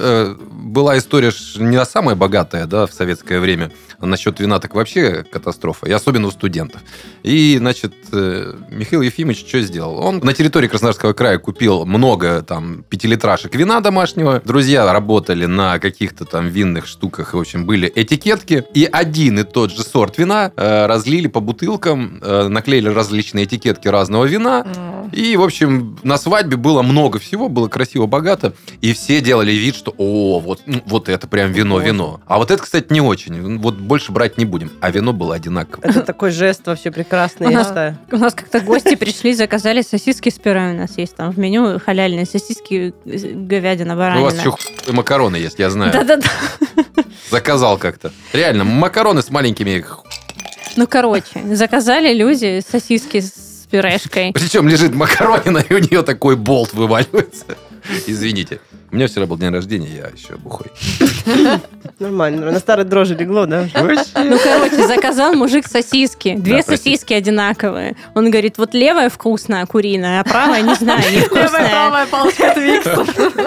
была история не самая богатая, да, в советское время. Насчет вина так вообще катастрофа, и особенно у студентов. И, значит, Михаил Ефимович что сделал? Он на территории Краснодарского края купил много там пятилитрашек вина домашнего. Друзья работали на каких-то там винных штуках, в общем, были этикетки. И один и тот же сорт вина э, разлили по бутылкам, э, наклеили различные этикетки разного вина. Mm. И, в общем, на свадьбе было много всего, было красиво, богато. И все делали вид, что о, вот, ну, вот это прям вино-вино. А вот это, кстати, не очень. Вот больше брать не будем. А вино было одинаково. Это такой жест вообще прекрасный, У я нас- считаю. У нас как-то гости пришли, заказали сосиски с пюре. У нас есть там в меню халяльные сосиски, говядина, У баранина. вас еще хуй макароны есть, я знаю. Да-да-да. Заказал как-то. Реально, макароны с маленькими... Ну, короче, заказали люди сосиски с пюрешкой. Причем лежит макаронина, и у нее такой болт вываливается. Извините. У меня вчера был день рождения, я еще бухой. Нормально. На старой дрожжи легло, да? Ну, короче, заказал мужик сосиски. Две Да, простите. сосиски одинаковые. Он говорит, вот левая вкусная, куриная, а правая, не знаю, невкусная. Правая палочка Твикса.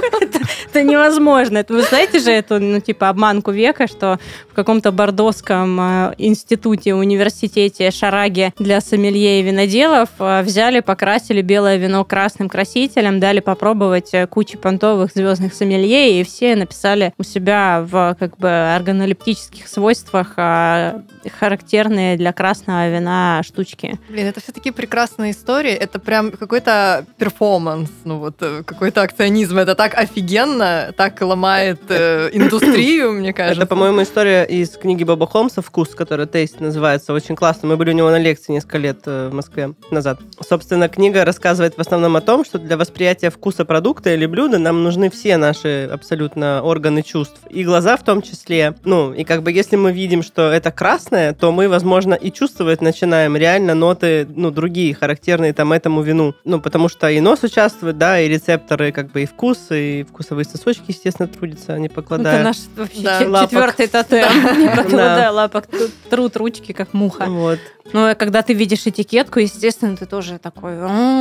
Это невозможно. Это, вы знаете же эту, ну, типа, обманку века, что в каком-то бордоском э, институте, университете Шараге для сомелье и виноделов э, взяли, покрасили белое вино красным красителем, дали попробовать э, кучу понтовых звездных сомелье, и все написали у себя в, как бы, органолептических свойствах э, характерные для красного вина штучки. Блин, это все-таки прекрасная история. Это прям какой-то перформанс, ну вот э, какой-то акционизм. Это так офигенно, так ломает э, индустрию, мне кажется. Это, по-моему, история из книги Боба Холмса «Вкус», которая «Тейст» называется. Очень классно. Мы были у него на лекции несколько лет э, в Москве назад. Собственно, книга рассказывает в основном о том, что для восприятия вкуса продукта или блюда нам нужны все наши абсолютно органы чувств. И глаза в том числе. Ну, и как бы если мы видим, что это красное, то мы, возможно, и чувствовать начинаем реально ноты, ну, другие, характерные там этому вину. Ну, потому что и нос участвует, да, и рецепторы, как бы и вкус, и вкусовые сосочки, естественно, трудятся, не покладая. Это наш вообще Да. чет- Лапок. четвертый тотем. Не покладая Да. лапок, тут трут ручки, как муха. Вот. Ну, и когда ты видишь этикетку, естественно, ты тоже такой,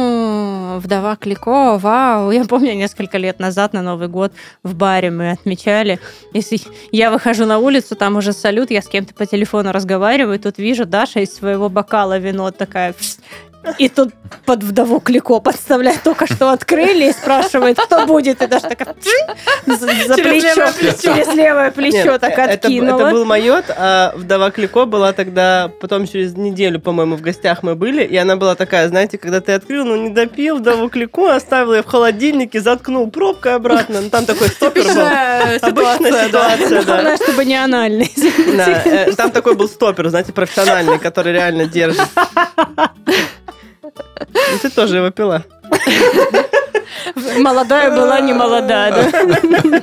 «М, вдова Клико, вау». Я помню, несколько лет назад на Новый год в баре мы отмечали. Если я выхожу на улицу, там уже салют, я с кем-то по телефону разговариваю, тут вижу, Даша из своего бокала вино такая... И тут под вдову Клико подставляет, только что открыли, и спрашивает, кто будет. И Даша такая за, за Через плечо, левое плечо. через левое плечо Нет, так это, откинула. это был майот, а вдова Клико была тогда, потом через неделю, по-моему, в гостях мы были, и она была такая, знаете, когда ты открыл, ну не допил вдову Клико, оставил ее в холодильнике, заткнул пробкой обратно, ну, там такой стопер был. Типичная Обычная ситуация, да. ситуация, да. Главное, чтобы не анальный. Да, э, там такой был стопер, знаете, профессиональный, который реально держит. Ну, ты тоже его пила. Молодая была, не молодая, да?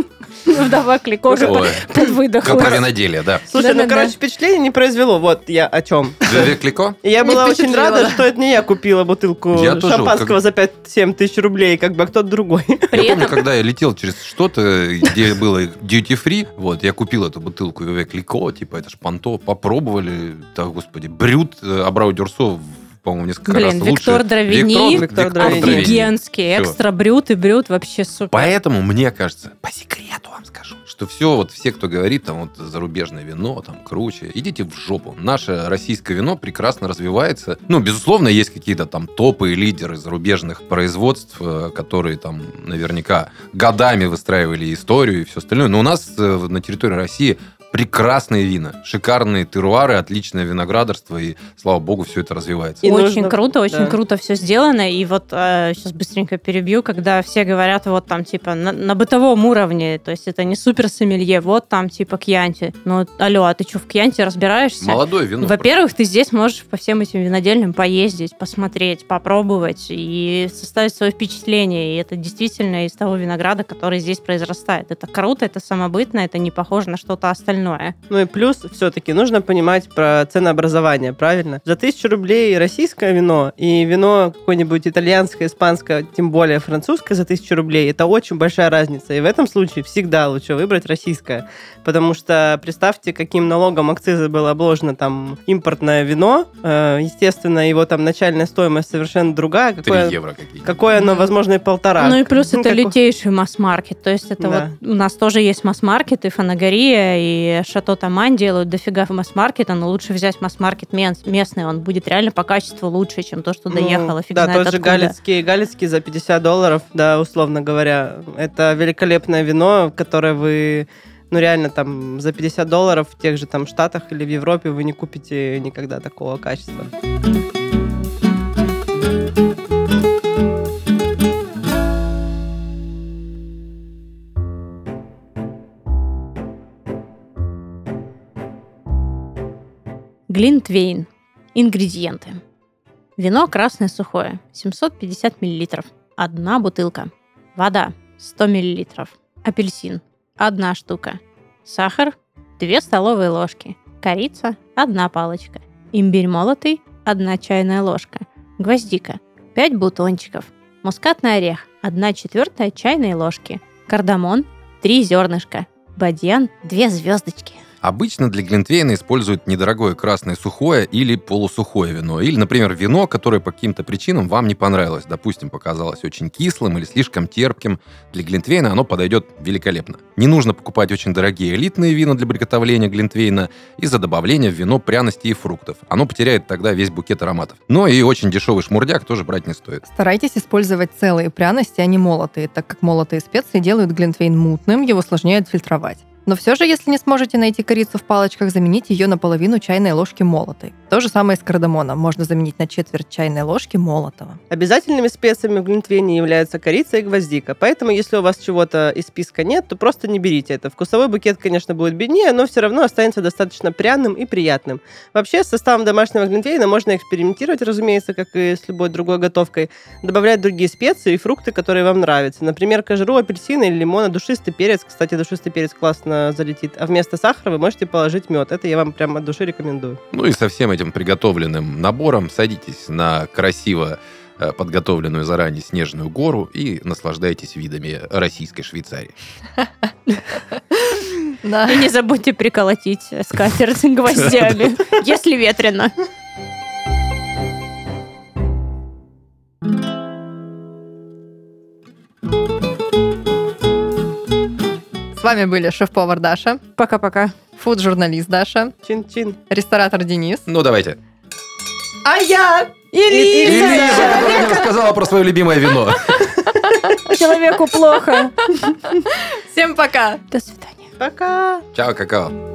Вдова Клико уже Ой. под выдохом. Как про виноделие, да. Слушай, ну, Да-да-да. короче, впечатление не произвело. Вот я о чем. Виве Клико? И я Не была очень впечатлило, рада, да. что это не я купила бутылку Я тоже, шампанского как- за пять-семь тысяч рублей, как бы, а кто-то другой. При Я помню, этом когда я летел через что-то, где было duty free, вот, я купил эту бутылку Виве Клико, типа, это ж понто, попробовали, да, господи, брют э, Абрау Дюрсо, по-моему, несколько Блин, раз лучше. Виктор Дравини. Виктор Дравини. офигенский. Всё. Экстра брют и брют вообще супер. Поэтому, мне кажется, по секрету вам скажу, что все, вот все, кто говорит, там, вот, зарубежное вино, там, круче, идите в жопу. Наше российское вино прекрасно развивается. Ну, безусловно, есть какие-то там топы и лидеры зарубежных производств, э, которые там наверняка годами выстраивали историю и все остальное. Но у нас э, на территории России прекрасные вина, шикарные теруары, отличное виноградарство, и, слава богу, все это развивается. И Очень нужно- круто, очень да. круто все сделано. И вот э, сейчас быстренько перебью, когда все говорят вот там типа на, на бытовом уровне, то есть это не супер сомелье, вот там типа Кьянти. Ну, алло, а ты что, в Кьянти разбираешься? Молодое вино. Во-первых, ты здесь можешь по всем этим винодельным поездить, посмотреть, попробовать и составить свое впечатление. И это действительно из того винограда, который здесь произрастает. Это круто, это самобытно, это не похоже на что-то остальное. Ну и плюс все-таки нужно понимать про ценообразование, правильно? За тысячу рублей российское вино и вино какое-нибудь итальянское, испанское, тем более французское за тысячу рублей, это очень большая разница. И в этом случае всегда лучше выбрать российское. Потому что представьте, каким налогом акциза было обложено там импортное вино. Э, Естественно, его там начальная стоимость совершенно другая. Три Какое, евро какие-то. какое оно, возможно, и полтора. Ну и плюс это как- лютейший масс-маркет. То есть это Да. вот у нас тоже есть масс-маркет, и Фанагория, и Шато Тамань делают дофига масс-маркета, но лучше взять масс-маркет мес- местный, он будет реально по качеству лучше, чем то, что Ну, доехало. Фиг да, знает тот же откуда. галицкий, галицкий за пятьдесят долларов, да, условно говоря. Это великолепное вино, которое вы, ну, реально, там, за пятьдесят долларов в тех же там Штатах или в Европе вы не купите никогда такого качества. Глинтвейн. Ингредиенты. Вино красное сухое, семьсот пятьдесят миллилитров, одна бутылка. Вода, сто миллилитров. Апельсин, одна штука. Сахар, две столовые ложки. Корица, одна палочка. Имбирь молотый, одна чайная ложка. Гвоздика, пять бутончиков. Мускатный орех, одна четвертая чайной ложки. Кардамон – три зернышка. Бадьян – две звездочки. Обычно для глинтвейна используют недорогое красное сухое или полусухое вино. Или, например, вино, которое по каким-то причинам вам не понравилось. Допустим, показалось очень кислым или слишком терпким. Для глинтвейна оно подойдет великолепно. Не нужно покупать очень дорогие элитные вина для приготовления глинтвейна из-за добавления в вино пряностей и фруктов. Оно потеряет тогда весь букет ароматов. Но и очень дешевый шмурдяк тоже брать не стоит. Старайтесь использовать целые пряности, а не молотые, так как молотые специи делают глинтвейн мутным, его сложнее фильтровать. Но все же, если не сможете найти корицу в палочках, замените ее на половину чайной ложки молотой. То же самое с кардамоном. Можно заменить на четверть чайной ложки молотого. Обязательными специями в глинтвейне являются корица и гвоздика. Поэтому, если у вас чего-то из списка нет, то просто не берите это. Вкусовой букет, конечно, будет беднее, но все равно останется достаточно пряным и приятным. Вообще, с составом домашнего глинтвейна можно экспериментировать, разумеется, как и с любой другой готовкой. Добавлять другие специи и фрукты, которые вам нравятся. Например, кожуру апельсина или лимона, душистый перец. Кстати, душистый перец классно залетит. А вместо сахара вы можете положить мед. Это я вам прям от души рекомендую. Ну и со всем этим приготовленным набором садитесь на красиво подготовленную заранее снежную гору и наслаждайтесь видами российской Швейцарии. И не забудьте приколотить скатерть гвоздями, если ветрено. С вами были шеф-повар Даша, Пока-пока. фуд-журналист Даша, Чин-чин. ресторатор Денис. Ну, давайте. А я! Элиза, которая не рассказала про свое любимое вино. Человеку плохо. Всем пока! До свидания. Пока. Чао, какао.